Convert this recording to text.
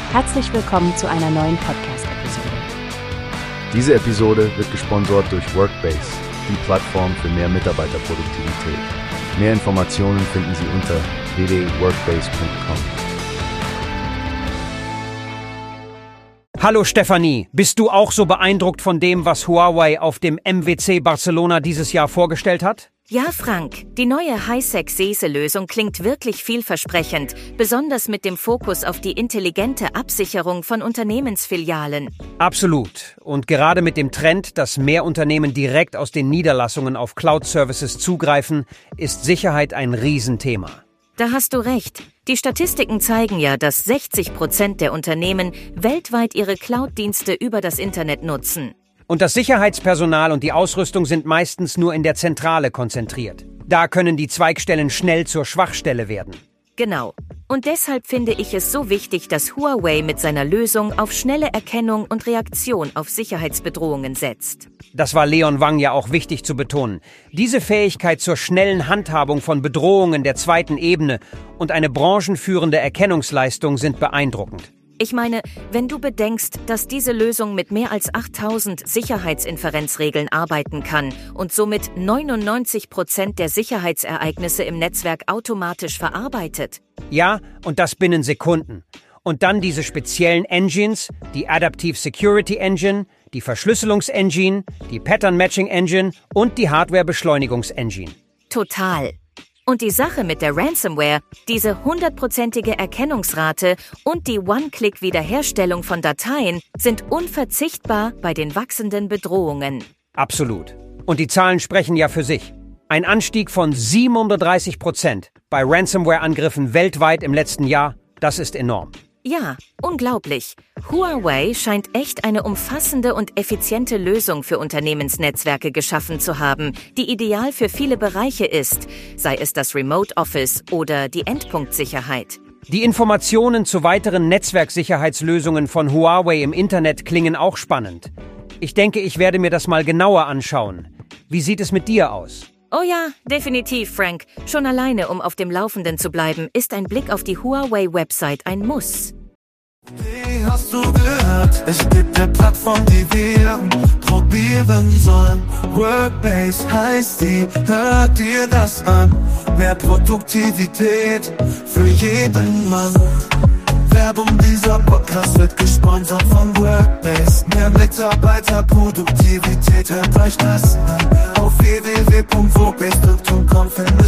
Herzlich willkommen zu einer neuen Podcast-Episode. Diese Episode wird gesponsert durch Workbase, die Plattform für mehr Mitarbeiterproduktivität. Mehr Informationen finden Sie unter www.workbase.com. Hallo Stefanie, bist du auch so beeindruckt von dem, was Huawei auf dem MWC Barcelona dieses Jahr vorgestellt hat? Ja, Frank, die neue High-Sec-SESE-Lösung klingt wirklich vielversprechend, besonders mit dem Fokus auf die intelligente Absicherung von Unternehmensfilialen. Absolut. Und gerade mit dem Trend, dass mehr Unternehmen direkt aus den Niederlassungen auf Cloud-Services zugreifen, ist Sicherheit ein Riesenthema. Da hast du recht. Die Statistiken zeigen ja, dass 60% der Unternehmen weltweit ihre Cloud-Dienste über das Internet nutzen. Und das Sicherheitspersonal und die Ausrüstung sind meistens nur in der Zentrale konzentriert. Da können die Zweigstellen schnell zur Schwachstelle werden. Genau. Und deshalb finde ich es so wichtig, dass Huawei mit seiner Lösung auf schnelle Erkennung und Reaktion auf Sicherheitsbedrohungen setzt. Das war Leon Wang ja auch wichtig zu betonen. Diese Fähigkeit zur schnellen Handhabung von Bedrohungen der zweiten Ebene und eine branchenführende Erkennungsleistung sind beeindruckend. Ich meine, wenn du bedenkst, dass diese Lösung mit mehr als 8000 Sicherheitsinferenzregeln arbeiten kann und somit 99% der Sicherheitsereignisse im Netzwerk automatisch verarbeitet. Ja, und das binnen Sekunden. Und dann diese speziellen Engines, die Adaptive Security Engine, die Verschlüsselungsengine, die Pattern Matching Engine und die Hardware-Beschleunigungsengine. Total. Und die Sache mit der Ransomware, diese 100%ige Erkennungsrate und die One-Click-Wiederherstellung von Dateien sind unverzichtbar bei den wachsenden Bedrohungen. Absolut. Und die Zahlen sprechen ja für sich. Ein Anstieg von 37% bei Ransomware-Angriffen weltweit im letzten Jahr, das ist enorm. Ja, unglaublich. Huawei scheint echt eine umfassende und effiziente Lösung für Unternehmensnetzwerke geschaffen zu haben, die ideal für viele Bereiche ist, sei es das Remote Office oder die Endpunktsicherheit. Die Informationen zu weiteren Netzwerksicherheitslösungen von Huawei im Internet klingen auch spannend. Ich denke, ich werde mir das mal genauer anschauen. Wie sieht es mit dir aus? Oh ja, definitiv, Frank. Schon alleine, um auf dem Laufenden zu bleiben, ist ein Blick auf die Huawei-Website ein Muss. Wie hast du gehört? Es gibt eine Plattform, die wir probieren sollen. Workbase heißt die, hört dir das an. Mehr Produktivität für jeden Mann. Werbung, dieser Podcast wird gesponsert von Workbase. Mehr Mitarbeiterproduktivität, hört euch das an. Auf www.workbase.com